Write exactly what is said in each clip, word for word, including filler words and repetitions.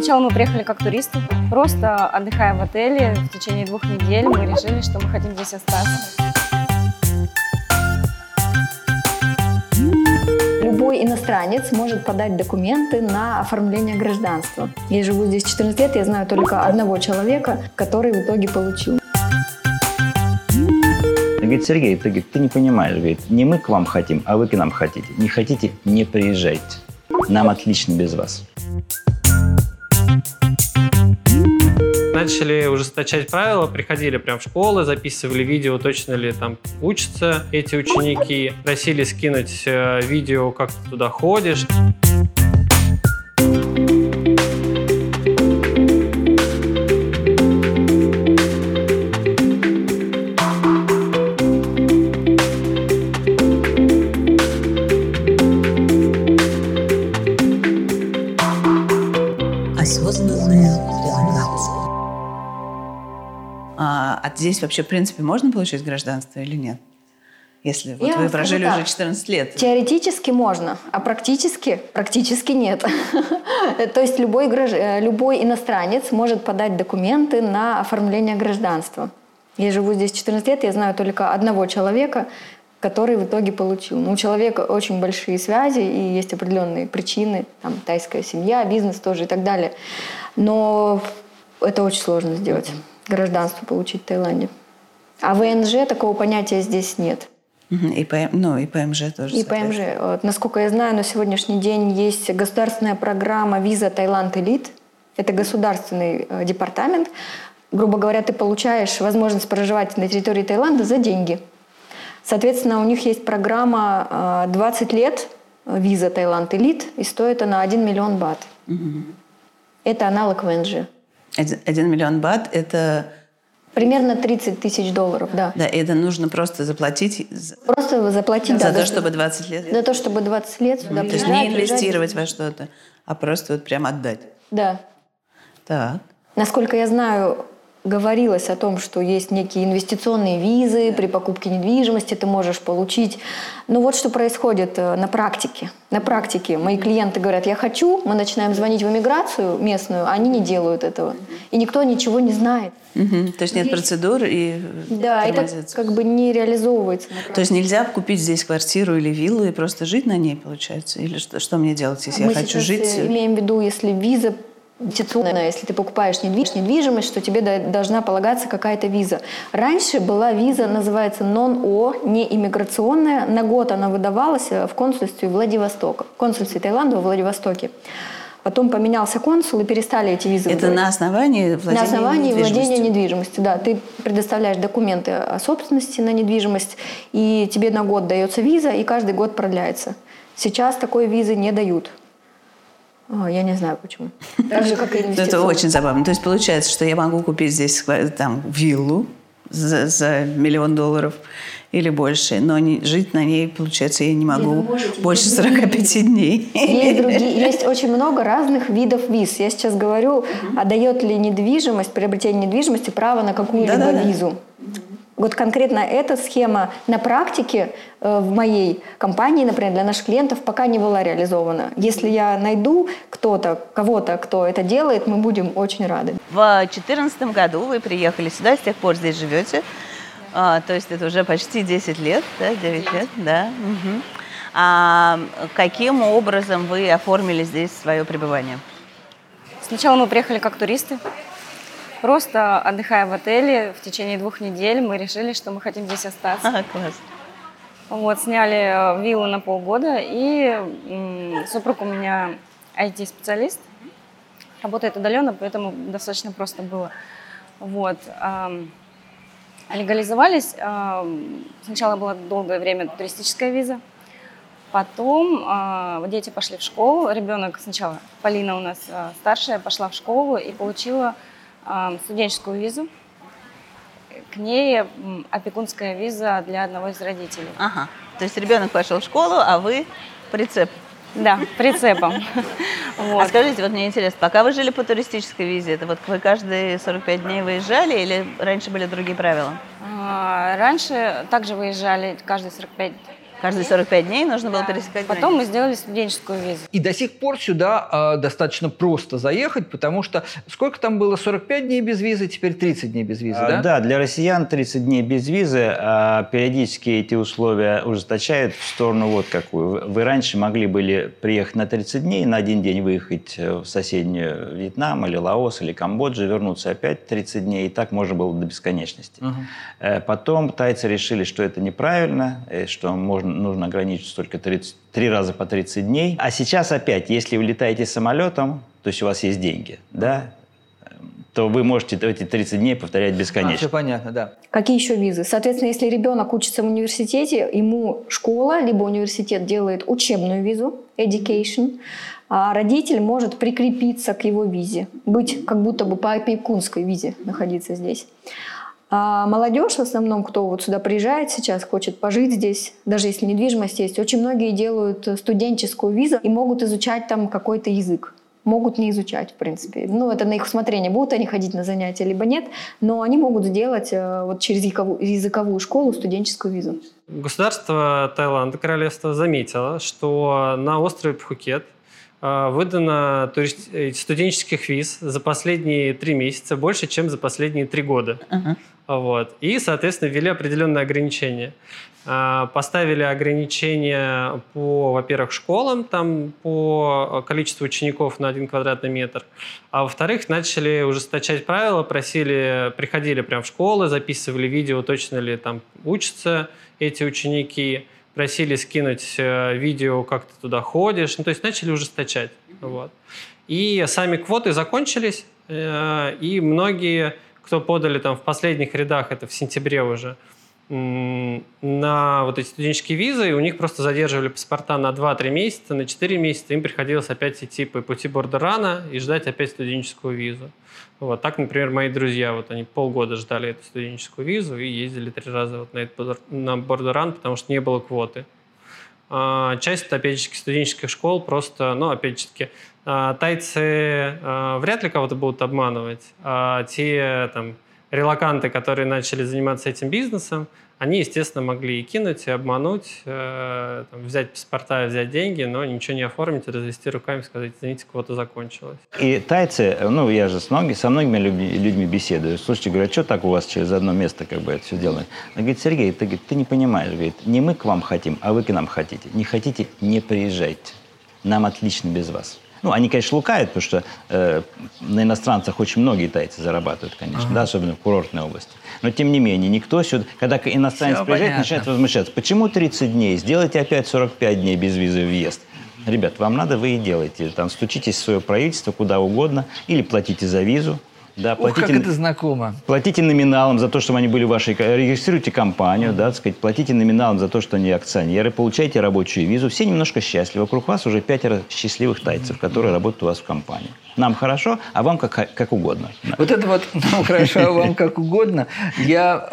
Сначала мы приехали как туристы, просто отдыхая в отеле. В течение двух недель мы решили, что мы хотим здесь остаться. Любой иностранец может подать документы на оформление гражданства. Я живу здесь четырнадцать лет, я знаю только одного человека, который в итоге получил. Говорит, Сергей, ты, говорит, ты не понимаешь, говорит, не мы к вам хотим, а вы к нам хотите. Не хотите, не приезжайте. Нам отлично без вас. Начали ужесточать правила, приходили прям в школы, записывали видео, точно ли там учатся эти ученики. Просили скинуть видео, как ты туда ходишь. Осознанная реализация. А, а здесь вообще, в принципе, можно получить гражданство или нет? Если вот вы прожили уже четырнадцать лет. Теоретически можно, а практически, практически нет. То есть любой, любой иностранец может подать документы на оформление гражданства. Я живу здесь четырнадцать лет, я знаю только одного человека, который в итоге получил. Ну, у человека очень большие связи и есть определенные причины, там, тайская семья, бизнес тоже и так далее. Но это очень сложно сделать, гражданство получить в Таиланде. А ВНЖ такого понятия здесь нет. И, ПМ, ну, и ПМЖ тоже. И ПМЖ. Вот, насколько я знаю, на сегодняшний день есть государственная программа «Виза Таиланд Элит». Это государственный э, департамент. Грубо говоря, ты получаешь возможность проживать на территории Таиланда за деньги. Соответственно, у них есть программа э, двадцать лет, виза Таиланд Элит, и стоит она один миллион бат. Угу. Это аналог ВНЖ. Один, один миллион бат – это… Примерно тридцать тысяч долларов, да. Да, и это нужно просто заплатить… Просто заплатить, за да. то, За чтобы двадцать лет? За то, чтобы двадцать лет сюда приезжать. То есть не инвестировать во что-то, а просто вот прям отдать? Да. Так. Насколько я знаю, говорилось о том, что есть некие инвестиционные визы, при покупке недвижимости ты можешь получить. Но вот что происходит на практике. На практике мои клиенты говорят, я хочу, мы начинаем звонить в иммиграцию местную, а они не делают этого. И никто ничего не знает. Угу. То есть нет процедур и да, это как бы не реализовывается. То есть нельзя купить здесь квартиру или виллу и просто жить на ней, получается? Или что, что мне делать, если мы я хочу жить? Мы имеем в виду, если виза… Если ты покупаешь недвижимость, что тебе должна полагаться какая-то виза. Раньше была виза, называется нон-о, не иммиграционная. На год она выдавалась в консульстве Владивостока, в консульстве Таиланда во Владивостоке. Потом поменялся консул и перестали эти визы Это выдавать. на основании владения На основании недвижимостью. владения недвижимостью, да. Ты предоставляешь документы о собственности на недвижимость, и тебе на год дается виза, и каждый год продляется. Сейчас такой визы не дают. Я не знаю, почему. Так же, как и инвестиции. Это очень забавно. То есть получается, что я могу купить здесь там, виллу за, за миллион долларов или больше, но не, жить на ней, получается, я не могу больше сорока пяти дней. Есть, другие, есть очень много разных видов виз. Я сейчас говорю, а дает ли недвижимость, приобретение недвижимости право на какую-либо Да-да-да. визу. Вот конкретно эта схема на практике э, в моей компании, например, для наших клиентов пока не была реализована. Если я найду кто-то, кого-то, кто это делает, мы будем очень рады. В две тысячи четырнадцатом году вы приехали сюда, с тех пор здесь живете. А, то есть это уже почти десять лет, да, девять лет, да. Угу. А каким образом вы оформили здесь свое пребывание? Сначала мы приехали как туристы. Просто отдыхая в отеле, в течение двух недель мы решили, что мы хотим здесь остаться. А, класс. Вот, сняли виллу на полгода, и м, супруг у меня ай ти-специалист, работает удаленно, поэтому достаточно просто было. Вот. Эм, легализовались. Эм, сначала была долгое время туристическая виза, потом э, дети пошли в школу. Ребенок сначала, Полина у нас э, старшая, пошла в школу и получила студенческую визу. К ней опекунская виза для одного из родителей. Ага. То есть ребенок пошел в школу, а вы прицеп. Да, прицепом. Вот. А скажите, вот мне интересно, пока вы жили по туристической визе, это вот вы каждые сорок пять дней выезжали или раньше были другие правила? Раньше также выезжали каждые сорок пять Каждые сорок пять дней нужно было пересекать Потом мы границу. сделали студенческую визу. И до сих пор сюда э, достаточно просто заехать, потому что сколько там было? сорок пять дней без визы, теперь тридцать дней без визы, А, да? Да, для россиян тридцать дней без визы, а периодически эти условия ужесточают в сторону вот какую. Вы- Вы раньше могли были приехать на тридцать дней, на один день выехать в соседнюю Вьетнам или Лаос или Камбоджу, вернуться опять тридцать дней, и так можно было до бесконечности. Э, Потом тайцы решили, что это неправильно, э, что можно, нужно ограничиться только тридцать, три раза по тридцать дней. А сейчас опять, если вы летаете самолетом, то есть у вас есть деньги, да, то вы можете эти тридцать дней повторять А, бесконечно. все понятно, да. Какие еще визы? Соответственно, если ребенок учится в университете, ему школа либо университет делает учебную визу, education, а родитель может прикрепиться к его визе, быть как будто бы по опекунской визе находиться здесь. А молодежь в основном, кто вот сюда приезжает сейчас, хочет пожить здесь, даже если недвижимость есть, очень многие делают студенческую визу и могут изучать там какой-то язык. Могут не изучать, в принципе. Ну, это на их усмотрение, будут они ходить на занятия, либо нет. Но они могут сделать э, вот через языковую, языковую школу студенческую визу. Государство Таиланда, королевство, заметило, что на острове Пхукет э, выдано турист- э, студенческих виз за последние три месяца больше, чем за последние три года. Ага. Вот. И, соответственно, ввели определенные ограничения. А, Поставили ограничения по, во-первых, школам, там, по количеству учеников на один квадратный метр. А во-вторых, начали ужесточать правила, просили, приходили прямо в школы, записывали видео, точно ли там учатся эти ученики, просили скинуть э, видео, как ты туда ходишь. Ну, то есть начали ужесточать. Вот. И сами квоты закончились, э, и многие, кто подали там в последних рядах, это в сентябре уже, м, на вот эти студенческие визы, и у них просто задерживали паспорта на два-три месяца, на четыре месяца, им приходилось опять идти по пути бордерана и ждать опять студенческую визу. Вот так, например, мои друзья, вот они полгода ждали эту студенческую визу и ездили три раза вот на, этот бордер- на бордеран, потому что не было квоты. А, часть, опять же, студенческих школ просто, ну, опять же, а, тайцы а, вряд ли кого-то будут обманывать, а те там релоканты, которые начали заниматься этим бизнесом, они, естественно, могли и кинуть, и обмануть, э, там, взять паспорта, взять деньги, но ничего не оформить, развести руками, сказать, извините, квота закончилась. И тайцы, ну, я же с многими, со многими людьми, людьми беседую. Слушайте, говорят, что так у вас через одно место как бы это все делают? Он говорит, Сергей, ты, говорит, ты не понимаешь, говорит, не мы к вам хотим, а вы к нам хотите. Не хотите, не приезжайте. Нам отлично без вас. Ну, они, конечно, лукают, потому что э, на иностранцах очень многие тайцы зарабатывают, конечно, ага. да, особенно в курортной области. Но, тем не менее, никто сюда... Когда иностранец Все приезжает, понятно. начинает возмущаться. Почему тридцать дней? Сделайте опять сорок пять дней без визы въезд. Ребят, вам надо, вы и делаете. Там, стучитесь в свое правительство куда угодно или платите за визу. Да, Ух, платите, как это знакомо. платите номиналом за то, чтобы они были вашей... Регистрируйте компанию, да, так сказать, платите номиналом за то, что они акционеры, получайте рабочую визу. Все немножко счастливы. Вокруг вас уже пятеро счастливых тайцев, которые работают у вас в компании. Нам хорошо, а вам как, как угодно. Вот это вот нам хорошо, а вам как угодно. Я,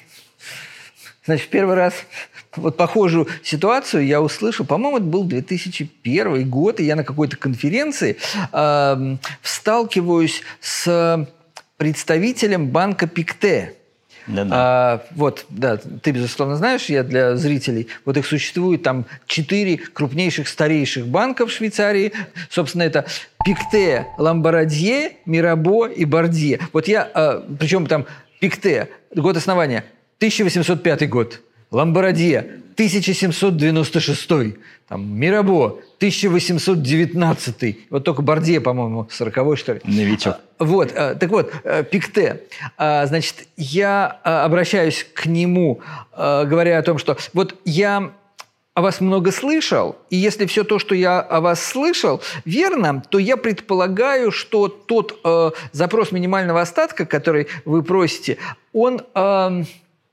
значит, первый раз вот похожую ситуацию я услышал, по-моему, это был две тысячи первый год, и я на какой-то конференции э, сталкиваюсь с представителем банка Пикте. Да-да. А, вот, да, ты, безусловно, знаешь, я для зрителей, вот их существует там четыре крупнейших, старейших банка в Швейцарии. Собственно, это Пикте, Ламбарадье, Мирабо и Бардье. Вот я, а, причем там Пикте, год основания, тысяча восемьсот пятый год. Ламбарадье, тысяча семьсот девяносто шестой. Там, Мирабо, тысяча восемьсот девятнадцатый. Вот только Бардье, по-моему, сороковой, что ли. Новичок. Вот, так вот, Пикте. Значит, я обращаюсь к нему, говоря о том, что вот я о вас много слышал, и если все то, что я о вас слышал, верно, то я предполагаю, что тот э, запрос минимального остатка, который вы просите, он... Э,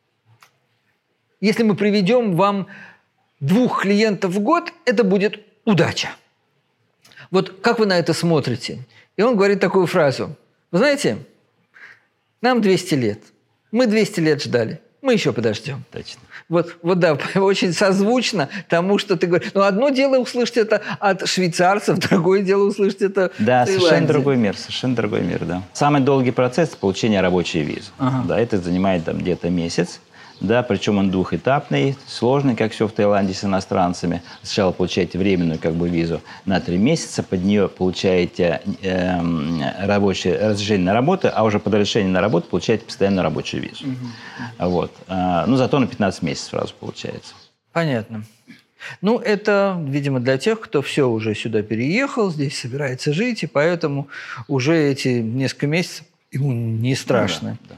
если мы приведем вам двух клиентов в год, это будет удача. Вот как вы на это смотрите? И он говорит такую фразу. Вы знаете, нам двести лет. Мы двести лет ждали. Мы еще подождем. Точно. Вот, вот да, очень созвучно тому, что ты говоришь. Но одно дело услышать это от швейцарцев, другое дело услышать это Да, в совершенно Таиланде. другой мир, совершенно другой мир, да. Самый долгий процесс – получения рабочей визы. Ага. Да, это занимает там где-то месяц. Да, причем он двухэтапный, сложный, как все в Таиланде с иностранцами. Сначала получаете временную как бы визу на три месяца, под нее получаете э, рабочее разрешение на работу, а уже под разрешение на работу получаете постоянную рабочую визу. Mm-hmm. Вот. А, ну, зато на пятнадцать месяцев сразу получается. Понятно. Ну, это, видимо, для тех, кто все уже сюда переехал, здесь собирается жить, и поэтому уже эти несколько месяцев ему не страшно. Ну, да, да.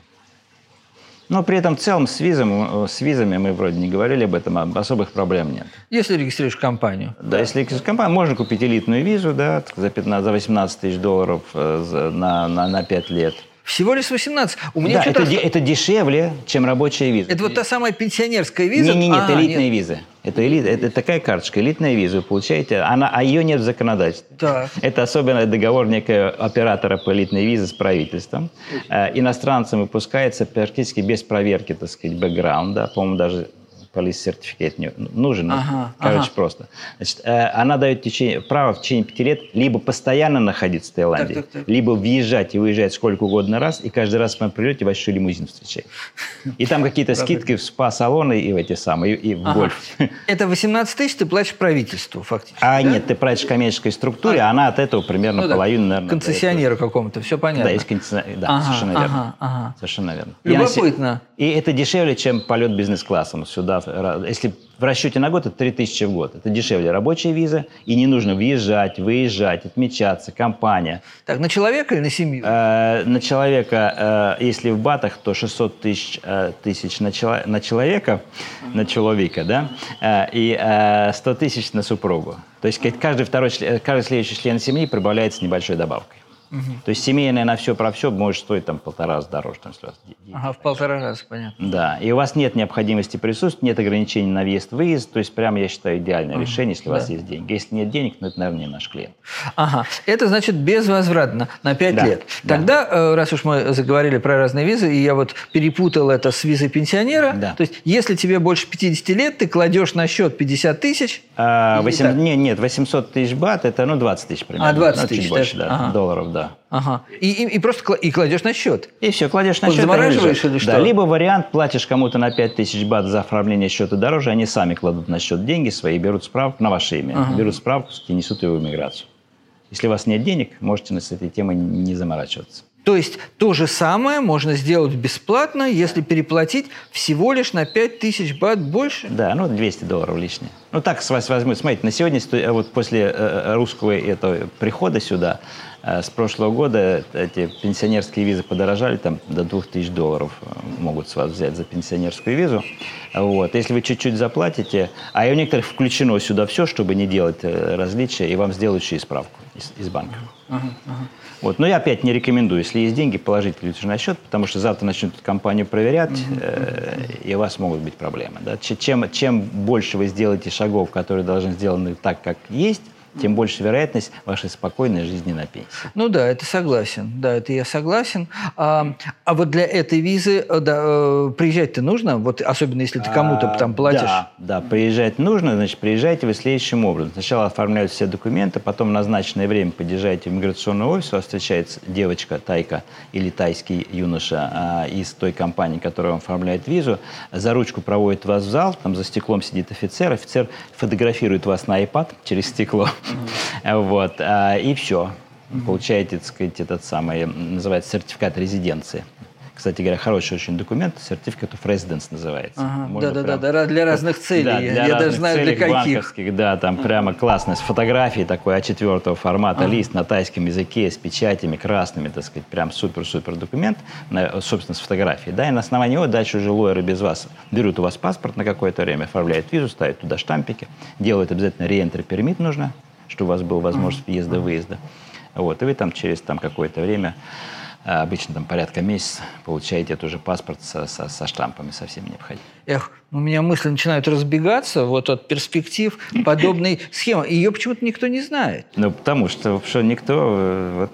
Но при этом в целом с, визом, с визами, мы вроде не говорили об этом, особых проблем нет. Если регистрируешь компанию. Да, если регистрируешь компанию, можно купить элитную визу, да, за, пятнадцать, за восемнадцать тысяч долларов за, на, на, на пять лет. Всего лишь восемнадцать. У меня да, это, это дешевле, чем рабочая виза. Это вот та самая пенсионерская виза? Не-не-не, а, это элитная нет. виза. Это, элит, это такая карточка, элитная виза, вы получаете, она, а ее нет в законодательстве. Так. Это особенный договор некого оператора по элитной визе с правительством. Э, иностранцам выпускается практически без проверки, так сказать, бэкграунда, по-моему, даже police certificate не нужен, ага, короче, ага. просто. Значит, э, она дает течение, право в течение пяти лет либо постоянно находиться в Таиланде, так, так, так. либо въезжать и выезжать сколько угодно раз, и каждый раз, когда вы придете, вас еще лимузин встречает. И там какие-то скидки в спа-салоны и в эти самые, и в Ага. гольф. Это восемнадцать тысяч ты платишь правительству, фактически. А да? нет, ты платишь коммерческой структуре, а она от этого примерно Ну да, половину, наверное. концессионеру какому-то, все понятно. Да, есть концессионер. Да, Ага, совершенно верно. ага, ага. Совершенно верно. Любопытно. И это дешевле, чем полет бизнес-классом сюда. Если в расчете на год, это три тысячи в год. Это дешевле рабочая виза, и не нужно въезжать, выезжать, отмечаться, компания. Так, на человека или на семью? Э, на человека, э, если в батах, то шестьсот тысяч, э, тысяч на, чело, на человека, на человека, да, э, и э, сто тысяч на супругу. То есть каждый, второй, каждый следующий член семьи прибавляется небольшой добавкой. Угу. То есть семейная на все про все может стоить там полтора раза дороже. Там, если у вас дети. Ага, в полтора раза, понятно. Да, и у вас нет необходимости присутствовать, нет ограничений на въезд-выезд, то есть прямо, я считаю, идеальное ага, решение, если да. у вас есть деньги. Если нет денег, ну это, наверное, не наш клиент. Ага, это значит безвозвратно на пять да. лет. Да. Тогда, раз уж мы заговорили про разные визы, и я вот перепутал это с визой пенсионера, да. то есть если тебе больше пятидесяти лет, ты кладешь на счет пятьдесят тысяч? А, восемь... Нет, нет, восемьсот тысяч бат, это ну двадцать тысяч примерно. А, двадцать ну, тысяч. Чуть больше, да, ага. долларов, да. Ага. И, и, и просто и кладешь на счет. И все, кладешь на вот счет. Замораживаешь или что? Да, либо вариант, платишь кому-то на пять тысяч бат за оформление счета дороже, они сами кладут на счет деньги свои, берут справку на ваше имя, ага. берут справку и несут ее в иммиграцию. Если у вас нет денег, можете с этой темой не заморачиваться. То есть то же самое можно сделать бесплатно, если переплатить всего лишь на пять тысяч бат больше? Да, ну двести долларов лишнее. Ну так с вас возьмут. Смотрите, на сегодня, вот после русского этого прихода сюда, с прошлого года эти пенсионерские визы подорожали, там до двух тысяч долларов могут с вас взять за пенсионерскую визу. Вот. Если вы чуть-чуть заплатите, а и у некоторых включено сюда все, чтобы не делать различия, и вам сделают еще и справку из, из банка. Ага, ага. Вот. Но я опять не рекомендую, если есть деньги, положите лучше на счет, потому что завтра начнут компанию проверять, mm-hmm. э, и у вас могут быть проблемы. Да? Чем, чем больше вы сделаете шагов, которые должны сделаны так, как есть, тем больше вероятность вашей спокойной жизни на пенсии. Ну да, это согласен. Да, это я согласен. А, а вот для этой визы да, приезжать-то нужно? Вот особенно если ты кому-то а, там платишь? Да, да, приезжать нужно. Значит, приезжайте вы следующим образом. Сначала оформляют все документы, потом в назначенное время подъезжаете в иммиграционный офис, вас встречается девочка, тайка или тайский юноша а, из той компании, которая вам оформляет визу. За ручку проводит вас в зал, там за стеклом сидит офицер. Офицер фотографирует вас на iPad через стекло. Mm-hmm. Вот, а, и все. Mm-hmm. Получаете, так сказать, этот самый, называется, сертификат резиденции. Кстати говоря, хороший очень документ, Certificate of Residence называется. Ага, да-да-да, прям... для разных целей. Да, я для я даже знаю, для каких. Банковских, да, там ага. прямо классно. С фотографией такой а четыре формата, ага. лист на тайском языке, с печатями красными, так сказать, прям супер-супер документ, собственно, с фотографией. Да, и на основании его дальше уже лоеры без вас берут у вас паспорт на какое-то время, оформляют визу, ставят туда штампики, делают обязательно re-entry permit нужно, чтобы у вас была возможность въезда-выезда. Вот, и вы там через там, какое-то время, обычно там порядка месяца, получаете тоже паспорт со, со, со штампами, со всеми необходимыми. Эх, у меня мысли начинают разбегаться вот от перспектив подобной схемы. Ее почему-то никто не знает. Ну, потому что, что никто... Вот...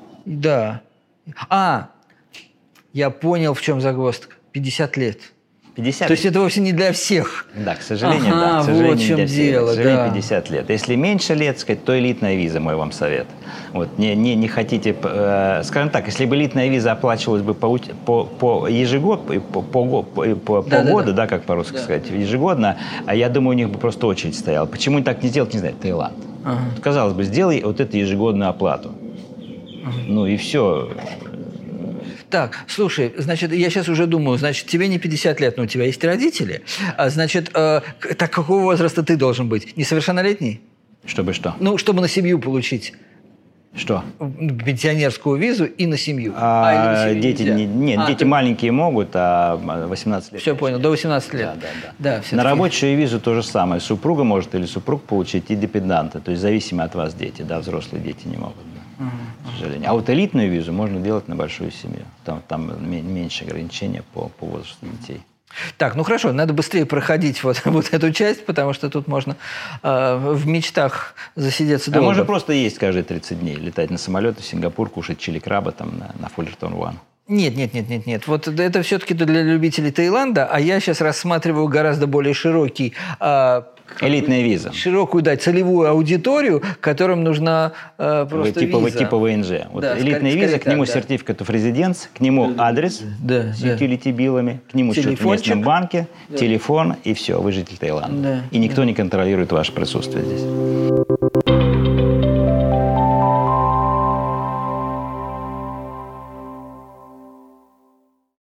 Да. А, я понял, в чем загвоздка. пятьдесят лет. пятьдесят. То есть это вовсе не для всех? Да, к сожалению, Ага, да. К сожалению, вот в чем не для всех. дело, К сожалению, да. пятьдесят лет. Если меньше лет, сказать, то элитная виза, мой вам совет. Вот, не, не, не хотите, э, скажем так, если бы элитная виза оплачивалась бы по, по, по ежегодно, по, по, по, по Да, полгода, да, да. да, как по-русски Да. сказать, ежегодно, а я думаю, у них бы просто очередь стояла. Почему так не сделать, не знаю, Таиланд. Ага. Казалось бы, сделай вот эту ежегодную оплату. Ага. Ну и все. Так, слушай, значит, я сейчас уже думаю, значит, тебе не пятьдесят лет, но у тебя есть родители. А, значит, э, к- так какого возраста ты должен быть? Несовершеннолетний? Чтобы что? Ну, чтобы на семью получить Что? м, пенсионерскую визу и на семью. А, или на семью дети, нельзя? не, нет, А, дети ты- маленькие могут, а восемнадцать лет. Все понял, до восемнадцати лет. Да, да, да. Да, На всё-таки. рабочую визу то же самое. Супруга может или супруг получить, и депенданты. То есть зависимо от вас дети. Да, взрослые дети не могут. Да, к сожалению. А вот элитную визу можно делать на большую семью. Там, там ме- меньше ограничения по, по возрасту детей. Так, ну хорошо, надо быстрее проходить вот, вот эту часть, потому что тут можно э, в мечтах засидеться А долго. можно просто есть каждые тридцать дней. Летать на самолет в Сингапур, кушать чили краба там на, на Фуллертон Уан. Нет, нет, нет, нет, нет. Вот это все-таки для любителей Таиланда, а я сейчас рассматриваю гораздо более широкий, э, Элитная виза. широкую, да, целевую аудиторию, которым нужна э, просто Типа, виза. типа ВНЖ. Вот Да, элитная скорее- виза, скорее к нему так, да. сертификат of residence, к нему адрес Да, с да. utility-биллами, к нему счет в Телефончик. местном банке, телефон, и все, вы житель Таиланда. Да, И никто не контролирует ваше присутствие здесь.